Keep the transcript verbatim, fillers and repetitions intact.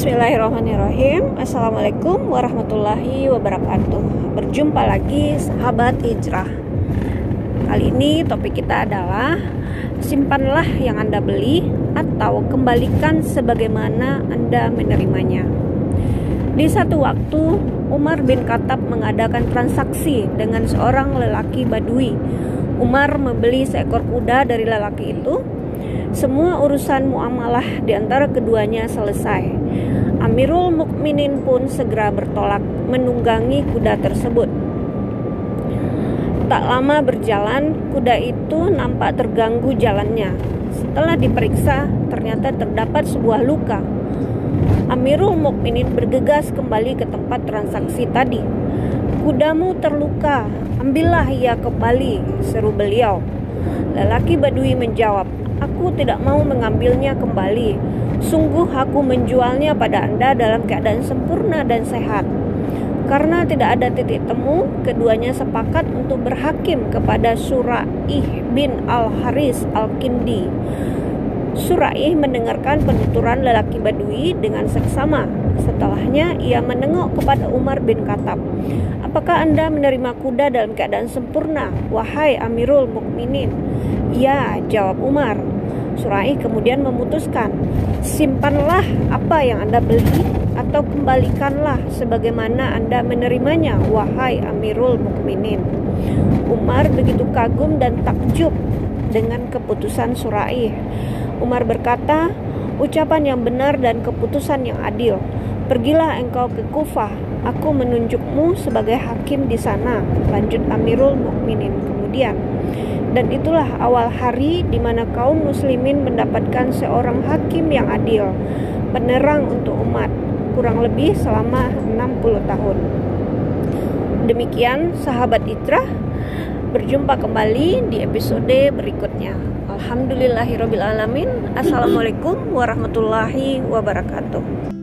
Bismillahirrahmanirrahim. Assalamualaikum warahmatullahi wabarakatuh. Berjumpa lagi sahabat hijrah. Kali ini topik kita adalah simpanlah yang Anda beli atau kembalikan sebagaimana Anda menerimanya. Di satu waktu Umar bin Khattab mengadakan transaksi dengan seorang lelaki Badui. Umar membeli seekor kuda dari lelaki itu. Semua urusan muamalah di antara keduanya selesai. Amirul Mukminin pun segera bertolak menunggangi kuda tersebut. Tak lama berjalan, kuda itu nampak terganggu jalannya. Setelah diperiksa, ternyata terdapat sebuah luka. Amirul Mukminin bergegas kembali ke tempat transaksi tadi. "Kudamu terluka, ambillah ia kembali," seru beliau. Lelaki Badui menjawab, "Aku tidak mau mengambilnya kembali. Sungguh aku menjualnya pada Anda dalam keadaan sempurna dan sehat." Karena tidak ada titik temu, keduanya sepakat untuk berhakim kepada Suraih bin Al-Haris Al-Kindi. Suraih mendengarkan penuturan lelaki Badui dengan seksama. Setelahnya ia menengok kepada Umar bin Khattab. "Apakah Anda menerima kuda dalam keadaan sempurna, wahai Amirul Mukminin?" "Ya," jawab Umar. Suraih kemudian memutuskan, simpanlah apa yang Anda beli atau kembalikanlah sebagaimana Anda menerimanya, wahai Amirul Mukminin. Umar begitu kagum dan takjub dengan keputusan Suraih. Umar berkata, "Ucapan yang benar dan keputusan yang adil. Pergilah engkau ke Kufah, aku menunjukmu sebagai hakim di sana," lanjut Amirul Mukminin kemudian. Dan itulah awal hari di mana kaum muslimin mendapatkan seorang hakim yang adil, penerang untuk umat, kurang lebih selama enam puluh tahun. Demikian sahabat hijrah, berjumpa kembali di episode berikutnya. Alhamdulillahirabbil alamin. Assalamualaikum warahmatullahi wabarakatuh.